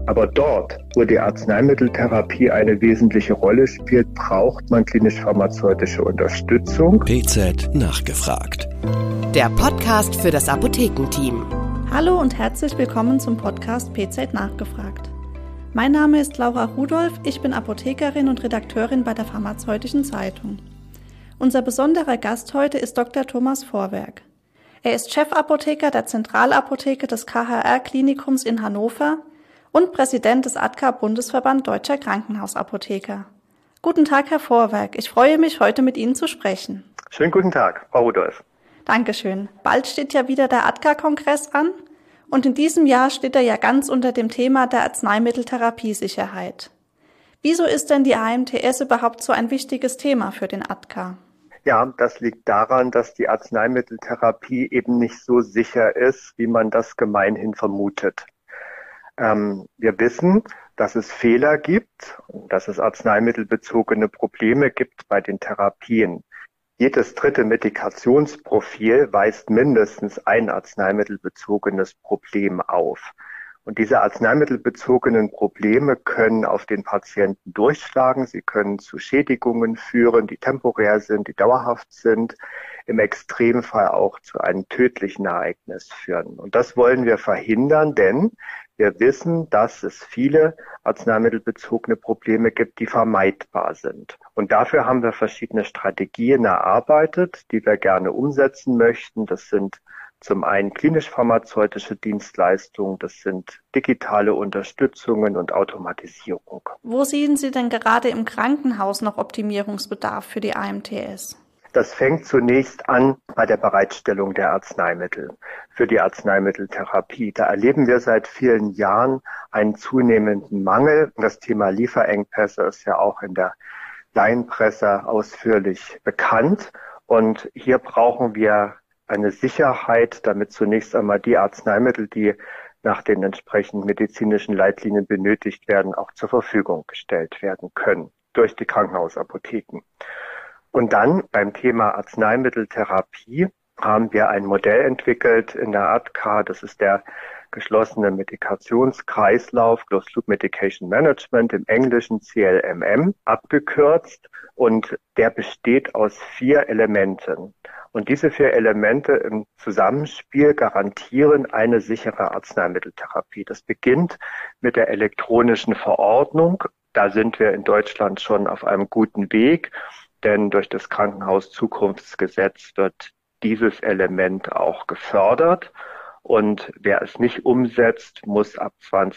Aber dort, wo die Arzneimitteltherapie eine wesentliche Rolle spielt, braucht man klinisch-pharmazeutische Unterstützung. PZ nachgefragt. Der Podcast für das Apothekenteam. Hallo und herzlich willkommen zum Podcast PZ nachgefragt. Mein Name ist Laura Rudolph, ich bin Apothekerin und Redakteurin bei der Pharmazeutischen Zeitung. Unser besonderer Gast heute ist Dr. Thomas Vorwerk. Er ist Chefapotheker der Zentralapotheke des KHR-Klinikums in Hannover und Präsident des ADKA-Bundesverband Deutscher Krankenhausapotheker. Guten Tag, Herr Vorwerk. Ich freue mich, heute mit Ihnen zu sprechen. Schönen guten Tag, Frau Rudolph. Dankeschön. Bald steht ja wieder der ADKA-Kongress an und in diesem Jahr steht er ja ganz unter dem Thema der Arzneimitteltherapiesicherheit. Wieso ist denn die AMTS überhaupt so ein wichtiges Thema für den ADKA? Ja, das liegt daran, dass die Arzneimitteltherapie eben nicht so sicher ist, wie man das gemeinhin vermutet. Wir wissen, dass es Fehler gibt, dass es arzneimittelbezogene Probleme gibt bei den Therapien. Jedes dritte Medikationsprofil weist mindestens ein arzneimittelbezogenes Problem auf. Und diese arzneimittelbezogenen Probleme können auf den Patienten durchschlagen. Sie können zu Schädigungen führen, die temporär sind, die dauerhaft sind, im Extremfall auch zu einem tödlichen Ereignis führen. Und das wollen wir verhindern, denn wir wissen, dass es viele arzneimittelbezogene Probleme gibt, die vermeidbar sind. Und dafür haben wir verschiedene Strategien erarbeitet, die wir gerne umsetzen möchten. Das sind zum einen klinisch-pharmazeutische Dienstleistungen, das sind digitale Unterstützungen und Automatisierung. Wo sehen Sie denn gerade im Krankenhaus noch Optimierungsbedarf für die AMTS? Das fängt zunächst an bei der Bereitstellung der Arzneimittel für die Arzneimitteltherapie. Da erleben wir seit vielen Jahren einen zunehmenden Mangel. Das Thema Lieferengpässe ist ja auch in der Laienpresse ausführlich bekannt. Und hier brauchen wir eine Sicherheit, damit zunächst einmal die Arzneimittel, die nach den entsprechenden medizinischen Leitlinien benötigt werden, auch zur Verfügung gestellt werden können durch die Krankenhausapotheken. Und dann beim Thema Arzneimitteltherapie haben wir ein Modell entwickelt in der ADKA, das ist der geschlossene Medikationskreislauf, Closed Loop Medication Management, im Englischen CLMM abgekürzt, und der besteht aus 4 Elementen. Und diese 4 Elemente im Zusammenspiel garantieren eine sichere Arzneimitteltherapie. Das beginnt mit der elektronischen Verordnung. Da sind wir in Deutschland schon auf einem guten Weg, denn durch das Krankenhauszukunftsgesetz wird dieses Element auch gefördert. Und wer es nicht umsetzt, muss ab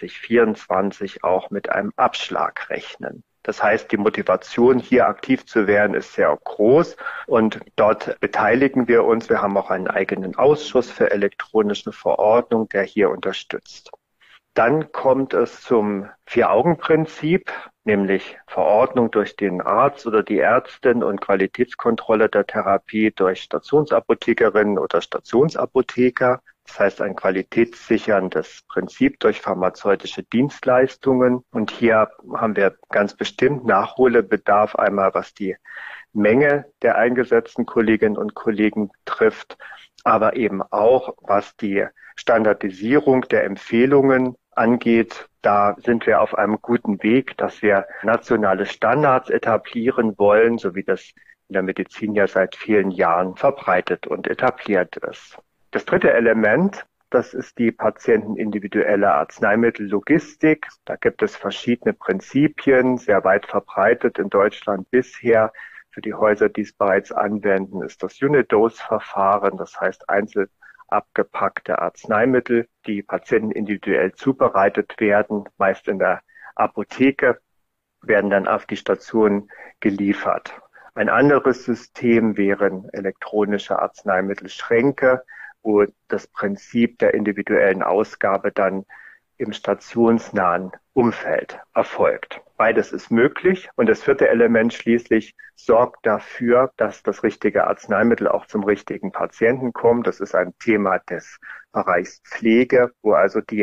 2024 auch mit einem Abschlag rechnen. Das heißt, die Motivation, hier aktiv zu werden, ist sehr groß, und dort beteiligen wir uns. Wir haben auch einen eigenen Ausschuss für elektronische Verordnung, der hier unterstützt. Dann kommt es zum 4-Augen-Prinzip, nämlich Verordnung durch den Arzt oder die Ärztin und Qualitätskontrolle der Therapie durch Stationsapothekerinnen oder Stationsapotheker. Das heißt, ein qualitätssicherndes Prinzip durch pharmazeutische Dienstleistungen. Und hier haben wir ganz bestimmt Nachholbedarf, einmal was die Menge der eingesetzten Kolleginnen und Kollegen betrifft, aber eben auch was die Standardisierung der Empfehlungen angeht. Da sind wir auf einem guten Weg, dass wir nationale Standards etablieren wollen, so wie das in der Medizin ja seit vielen Jahren verbreitet und etabliert ist. Das dritte Element, das ist die patientenindividuelle Arzneimittellogistik. Da gibt es verschiedene Prinzipien, sehr weit verbreitet in Deutschland bisher. Für die Häuser, die es bereits anwenden, ist das Unit-Dose-Verfahren, das heißt einzeln abgepackte Arzneimittel, die Patienten individuell zubereitet werden, meist in der Apotheke, werden dann auf die Station geliefert. Ein anderes System wären elektronische Arzneimittelschränke, wo das Prinzip der individuellen Ausgabe dann im stationsnahen Umfeld erfolgt. Beides ist möglich, und das 4. Element schließlich sorgt dafür, dass das richtige Arzneimittel auch zum richtigen Patienten kommt. Das ist ein Thema des Bereichs Pflege, wo also die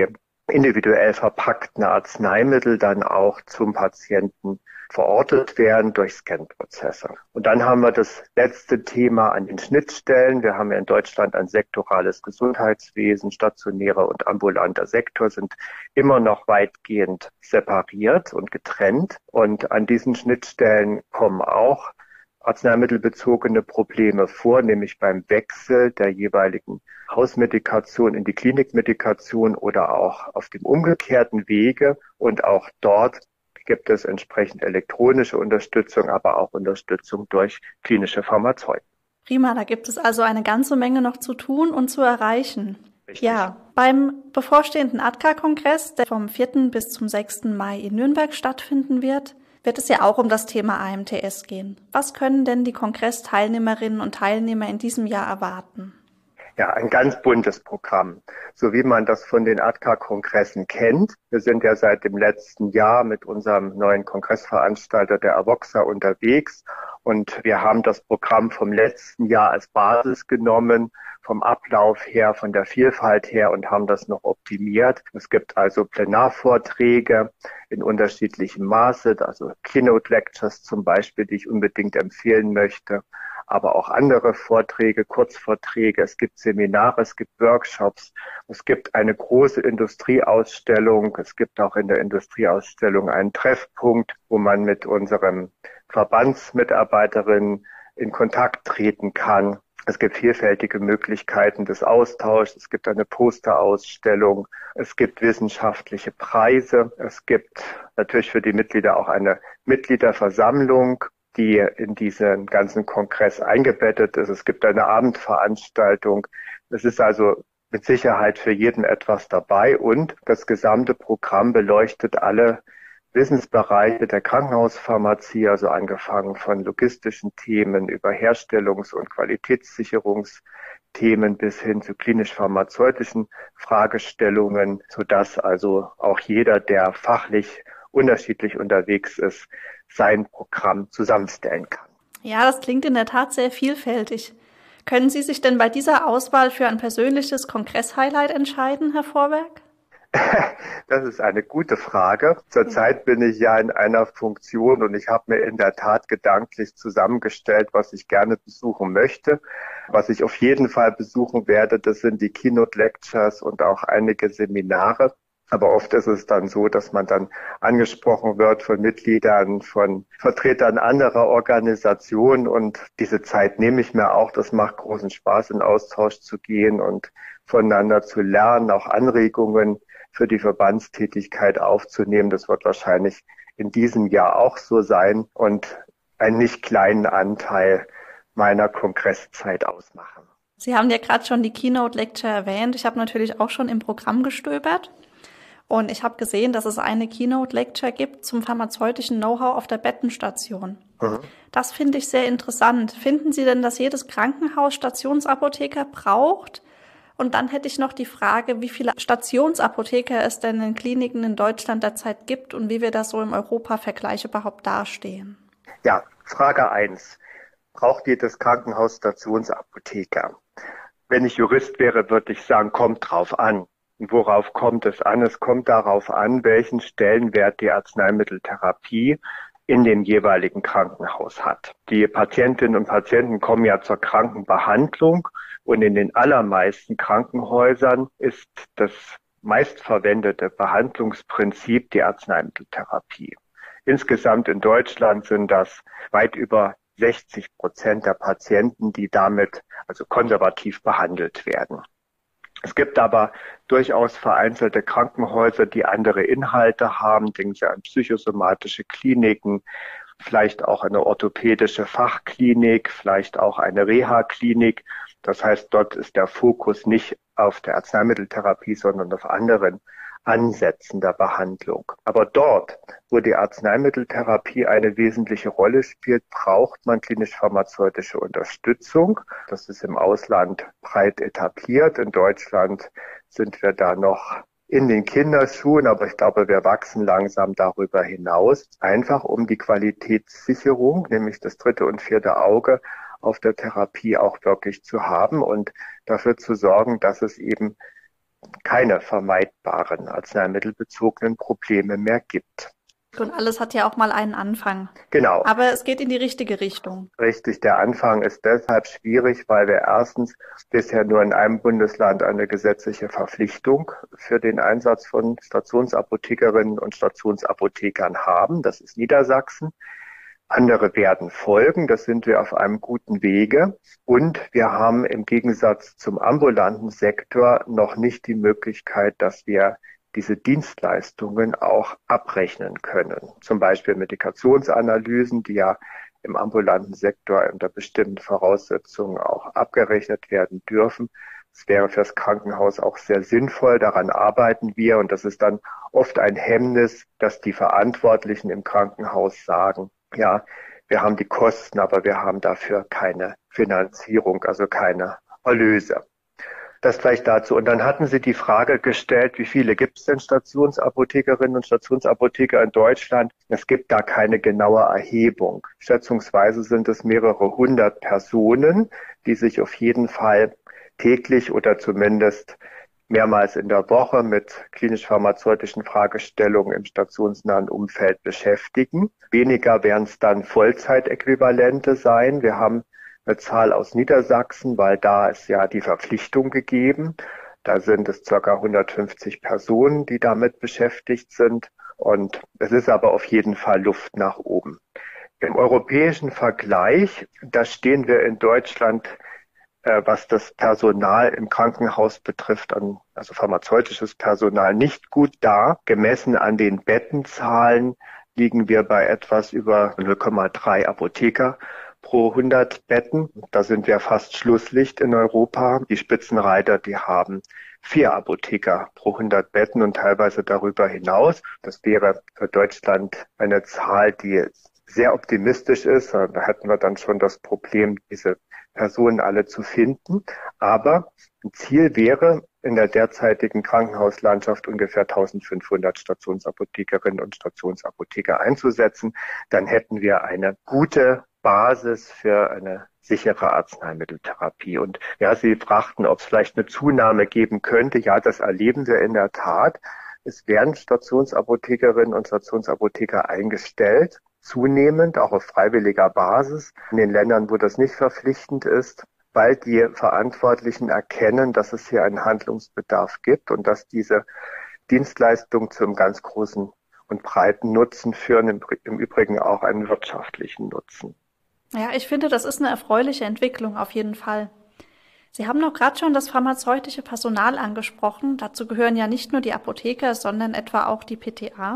individuell verpackten Arzneimittel dann auch zum Patienten verortet werden durch Scan-Prozesse. Und dann haben wir das letzte Thema an den Schnittstellen. Wir haben ja in Deutschland ein sektorales Gesundheitswesen. Stationärer und ambulanter Sektor sind immer noch weitgehend separiert und getrennt. Und an diesen Schnittstellen kommen auch arzneimittelbezogene Probleme vor, nämlich beim Wechsel der jeweiligen Hausmedikation in die Klinikmedikation oder auch auf dem umgekehrten Wege. Und auch dort gibt es entsprechend elektronische Unterstützung, aber auch Unterstützung durch klinische Pharmazeuten. Prima, da gibt es also eine ganze Menge noch zu tun und zu erreichen. Richtig. Ja, beim bevorstehenden ADKA-Kongress, der vom 4. bis zum 6. Mai in Nürnberg stattfinden wird es ja auch um das Thema AMTS gehen. Was können denn die Kongressteilnehmerinnen und Teilnehmer in diesem Jahr erwarten? Ja, ein ganz buntes Programm, so wie man das von den ADKA-Kongressen kennt. Wir sind ja seit dem letzten Jahr mit unserem neuen Kongressveranstalter, der Avoxa, unterwegs. Und wir haben das Programm vom letzten Jahr als Basis genommen, vom Ablauf her, von der Vielfalt her und haben das noch optimiert. Es gibt also Plenarvorträge in unterschiedlichem Maße, also Keynote Lectures zum Beispiel, die ich unbedingt empfehlen möchte, aber auch andere Vorträge, Kurzvorträge. Es gibt Seminare, es gibt Workshops, es gibt eine große Industrieausstellung. Es gibt auch in der Industrieausstellung einen Treffpunkt, wo man mit unseren Verbandsmitarbeiterinnen in Kontakt treten kann. Es gibt vielfältige Möglichkeiten des Austauschs. Es gibt eine Posterausstellung. Es gibt wissenschaftliche Preise. Es gibt natürlich für die Mitglieder auch eine Mitgliederversammlung, die in diesen ganzen Kongress eingebettet ist. Es gibt eine Abendveranstaltung. Es ist also mit Sicherheit für jeden etwas dabei und das gesamte Programm beleuchtet alle Wissensbereiche der Krankenhauspharmazie, also angefangen von logistischen Themen über Herstellungs- und Qualitätssicherungsthemen bis hin zu klinisch-pharmazeutischen Fragestellungen, sodass also auch jeder, der fachlich unterschiedlich unterwegs ist, sein Programm zusammenstellen kann. Ja, das klingt in der Tat sehr vielfältig. Können Sie sich denn bei dieser Auswahl für ein persönliches Kongress-Highlight entscheiden, Herr Vorwerk? Das ist eine gute Frage. Zurzeit bin ich ja in einer Funktion und ich habe mir in der Tat gedanklich zusammengestellt, was ich gerne besuchen möchte. Was ich auf jeden Fall besuchen werde, das sind die Keynote Lectures und auch einige Seminare. Aber oft ist es dann so, dass man dann angesprochen wird von Mitgliedern, von Vertretern anderer Organisationen und diese Zeit nehme ich mir auch. Das macht großen Spaß, in Austausch zu gehen und voneinander zu lernen, auch Anregungen für die Verbandstätigkeit aufzunehmen. Das wird wahrscheinlich in diesem Jahr auch so sein und einen nicht kleinen Anteil meiner Kongresszeit ausmachen. Sie haben ja gerade schon die Keynote Lecture erwähnt. Ich habe natürlich auch schon im Programm gestöbert. Und ich habe gesehen, dass es eine Keynote Lecture gibt zum pharmazeutischen Know-how auf der Bettenstation. Mhm. Das finde ich sehr interessant. Finden Sie denn, dass jedes Krankenhaus Stationsapotheker braucht? Und dann hätte ich noch die Frage, wie viele Stationsapotheker es denn in Kliniken in Deutschland derzeit gibt und wie wir da so im Europavergleich überhaupt dastehen. Ja, Frage 1. Braucht jedes Krankenhaus Stationsapotheker? Wenn ich Jurist wäre, würde ich sagen, kommt drauf an. Und worauf kommt es an? Es kommt darauf an, welchen Stellenwert die Arzneimitteltherapie in dem jeweiligen Krankenhaus hat. Die Patientinnen und Patienten kommen ja zur Krankenbehandlung und in den allermeisten Krankenhäusern ist das meistverwendete Behandlungsprinzip die Arzneimitteltherapie. Insgesamt in Deutschland sind das weit über 60% der Patienten, die damit also konservativ behandelt werden. Es gibt aber durchaus vereinzelte Krankenhäuser, die andere Inhalte haben. Denken Sie an psychosomatische Kliniken, vielleicht auch eine orthopädische Fachklinik, vielleicht auch eine Reha-Klinik. Das heißt, dort ist der Fokus nicht auf der Arzneimitteltherapie, sondern auf anderen Ansätzen der Behandlung. Aber dort, wo die Arzneimitteltherapie eine wesentliche Rolle spielt, braucht man klinisch-pharmazeutische Unterstützung. Das ist im Ausland breit etabliert. In Deutschland sind wir da noch in den Kinderschuhen, aber ich glaube, wir wachsen langsam darüber hinaus, einfach um die Qualitätssicherung, nämlich das 3. und 4. Auge auf der Therapie auch wirklich zu haben und dafür zu sorgen, dass es eben keine vermeidbaren arzneimittelbezogenen Probleme mehr gibt. Und alles hat ja auch mal einen Anfang. Genau. Aber es geht in die richtige Richtung. Richtig, der Anfang ist deshalb schwierig, weil wir erstens bisher nur in einem Bundesland eine gesetzliche Verpflichtung für den Einsatz von Stationsapothekerinnen und Stationsapothekern haben. Das ist Niedersachsen. Andere werden folgen, das sind wir auf einem guten Wege. Und wir haben im Gegensatz zum ambulanten Sektor noch nicht die Möglichkeit, dass wir diese Dienstleistungen auch abrechnen können. Zum Beispiel Medikationsanalysen, die ja im ambulanten Sektor unter bestimmten Voraussetzungen auch abgerechnet werden dürfen. Es wäre für das Krankenhaus auch sehr sinnvoll, daran arbeiten wir. Und das ist dann oft ein Hemmnis, dass die Verantwortlichen im Krankenhaus sagen, ja, wir haben die Kosten, aber wir haben dafür keine Finanzierung, also keine Erlöse. Das vielleicht dazu. Und dann hatten Sie die Frage gestellt, wie viele gibt es denn Stationsapothekerinnen und Stationsapotheker in Deutschland? Es gibt da keine genaue Erhebung. Schätzungsweise sind es mehrere hundert Personen, die sich auf jeden Fall täglich oder zumindest mehrmals in der Woche mit klinisch-pharmazeutischen Fragestellungen im stationsnahen Umfeld beschäftigen. Weniger werden es dann Vollzeitäquivalente sein. Wir haben eine Zahl aus Niedersachsen, weil da ist ja die Verpflichtung gegeben. Da sind es ca. 150 Personen, die damit beschäftigt sind. Und es ist aber auf jeden Fall Luft nach oben. Im europäischen Vergleich, da stehen wir in Deutschland, was das Personal im Krankenhaus betrifft, also pharmazeutisches Personal, nicht gut da. Gemessen an den Bettenzahlen liegen wir bei etwas über 0,3 Apotheker pro 100 Betten. Da sind wir fast Schlusslicht in Europa. Die Spitzenreiter, die haben 4 Apotheker pro 100 Betten und teilweise darüber hinaus. Das wäre für Deutschland eine Zahl, die sehr optimistisch ist. Da hätten wir dann schon das Problem, diese Personen alle zu finden. Aber ein Ziel wäre, in der derzeitigen Krankenhauslandschaft ungefähr 1500 Stationsapothekerinnen und Stationsapotheker einzusetzen. Dann hätten wir eine gute Basis für eine sichere Arzneimitteltherapie. Und ja, Sie fragten, ob es vielleicht eine Zunahme geben könnte. Ja, das erleben wir in der Tat. Es werden Stationsapothekerinnen und Stationsapotheker eingestellt, zunehmend, auch auf freiwilliger Basis, in den Ländern, wo das nicht verpflichtend ist, weil die Verantwortlichen erkennen, dass es hier einen Handlungsbedarf gibt und dass diese Dienstleistungen zu einem ganz großen und breiten Nutzen führen, im Übrigen auch einen wirtschaftlichen Nutzen. Ja, ich finde, das ist eine erfreuliche Entwicklung auf jeden Fall. Sie haben noch gerade schon das pharmazeutische Personal angesprochen. Dazu gehören ja nicht nur die Apotheker, sondern etwa auch die PTA.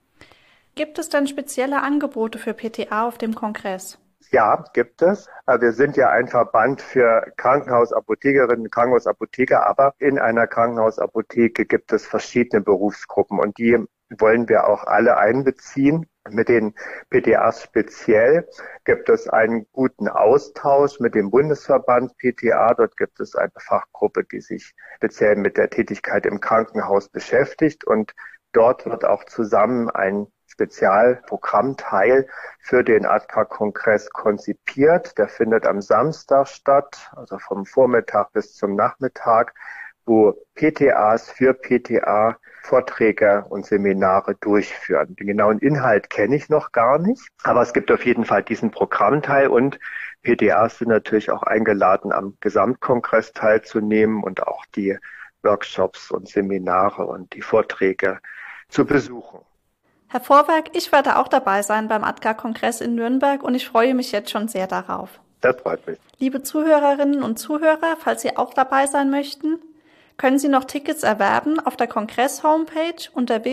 Gibt es denn spezielle Angebote für PTA auf dem Kongress? Ja, gibt es. Wir sind ja ein Verband für Krankenhausapothekerinnen und Krankenhausapotheker, aber in einer Krankenhausapotheke gibt es verschiedene Berufsgruppen und die wollen wir auch alle einbeziehen. Mit den PTAs speziell gibt es einen guten Austausch mit dem Bundesverband PTA. Dort gibt es eine Fachgruppe, die sich speziell mit der Tätigkeit im Krankenhaus beschäftigt und dort wird auch zusammen ein Spezialprogrammteil für den ADKA-Kongress konzipiert. Der findet am Samstag statt, also vom Vormittag bis zum Nachmittag, wo PTAs für PTA Vorträge und Seminare durchführen. Den genauen Inhalt kenne ich noch gar nicht, aber es gibt auf jeden Fall diesen Programmteil und PTAs sind natürlich auch eingeladen, am Gesamtkongress teilzunehmen und auch die Workshops und Seminare und die Vorträge zu besuchen. Herr Vorwerk, ich werde auch dabei sein beim ADKA-Kongress in Nürnberg und ich freue mich jetzt schon sehr darauf. Das freut mich. Liebe Zuhörerinnen und Zuhörer, falls Sie auch dabei sein möchten, können Sie noch Tickets erwerben auf der Kongress-Homepage unter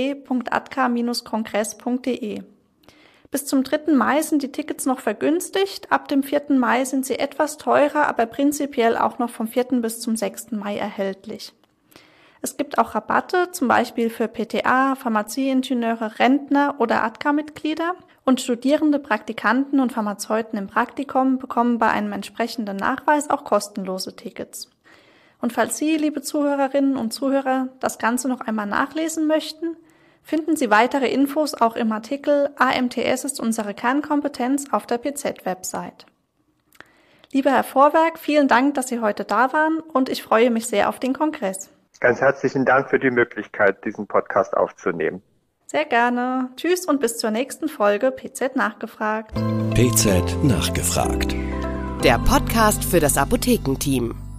www.adka-kongress.de. Bis zum 3. Mai sind die Tickets noch vergünstigt, ab dem 4. Mai sind sie etwas teurer, aber prinzipiell auch noch vom 4. bis zum 6. Mai erhältlich. Es gibt auch Rabatte, zum Beispiel für PTA, Pharmazieingenieure, Rentner oder ADKA-Mitglieder und Studierende, Praktikanten und Pharmazeuten im Praktikum bekommen bei einem entsprechenden Nachweis auch kostenlose Tickets. Und falls Sie, liebe Zuhörerinnen und Zuhörer, das Ganze noch einmal nachlesen möchten, finden Sie weitere Infos auch im Artikel AMTS ist unsere Kernkompetenz auf der PZ-Website. Lieber Herr Vorwerk, vielen Dank, dass Sie heute da waren und ich freue mich sehr auf den Kongress. Ganz herzlichen Dank für die Möglichkeit, diesen Podcast aufzunehmen. Sehr gerne. Tschüss und bis zur nächsten Folge PZ Nachgefragt. PZ Nachgefragt. Der Podcast für das Apothekenteam.